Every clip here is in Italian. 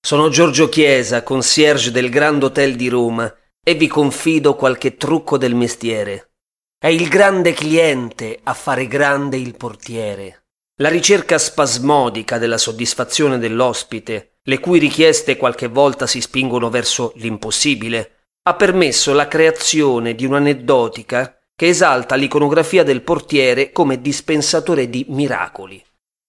Sono Giorgio Chiesa, concierge del Grand Hotel di Roma, e vi confido qualche trucco del mestiere. È il grande cliente a fare grande il portiere. La ricerca spasmodica della soddisfazione dell'ospite, le cui richieste qualche volta si spingono verso l'impossibile, ha permesso la creazione di un'aneddotica che esalta l'iconografia del portiere come dispensatore di miracoli.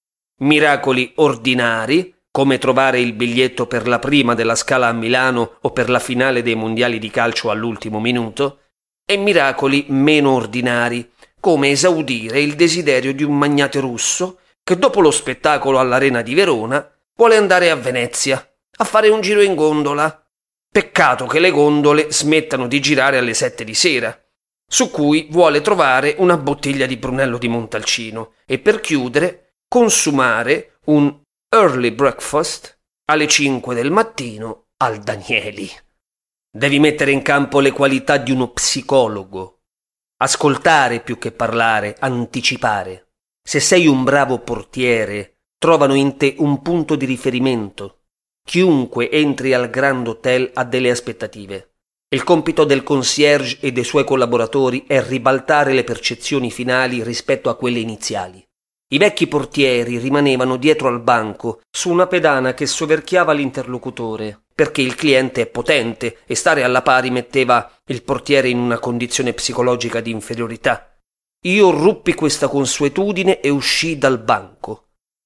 Miracoli ordinari, come trovare il biglietto per la prima della Scala a Milano o per la finale dei mondiali di calcio all'ultimo minuto, e miracoli meno ordinari, come esaudire il desiderio di un magnate russo che dopo lo spettacolo all'Arena di Verona vuole andare a Venezia a fare un giro in gondola. Peccato che le gondole smettano di girare alle 7 di sera, su cui vuole trovare una bottiglia di Brunello di Montalcino e per chiudere consumare un early breakfast alle 5 del mattino al Danieli. Devi mettere in campo le qualità di uno psicologo. Ascoltare più che parlare, anticipare. Se sei un bravo portiere, trovano in te un punto di riferimento. Chiunque entri al Grand Hotel ha delle aspettative. Il compito del concierge e dei suoi collaboratori è ribaltare le percezioni finali rispetto a quelle iniziali. I vecchi portieri rimanevano dietro al banco, su una pedana che soverchiava l'interlocutore, perché il cliente è potente e stare alla pari metteva il portiere in una condizione psicologica di inferiorità. Io ruppi questa consuetudine e uscii dal banco.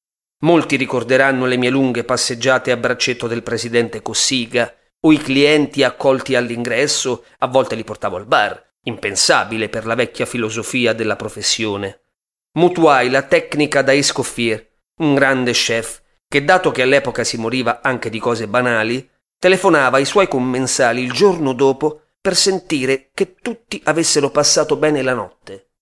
Molti ricorderanno le mie lunghe passeggiate a braccetto del presidente Cossiga, o i clienti accolti all'ingresso, a volte li portavo al bar, impensabile per la vecchia filosofia della professione. Mutuai la tecnica da Escoffier, un grande chef, che dato che all'epoca si moriva anche di cose banali, telefonava ai suoi commensali il giorno dopo per sentire che tutti avessero passato bene la notte.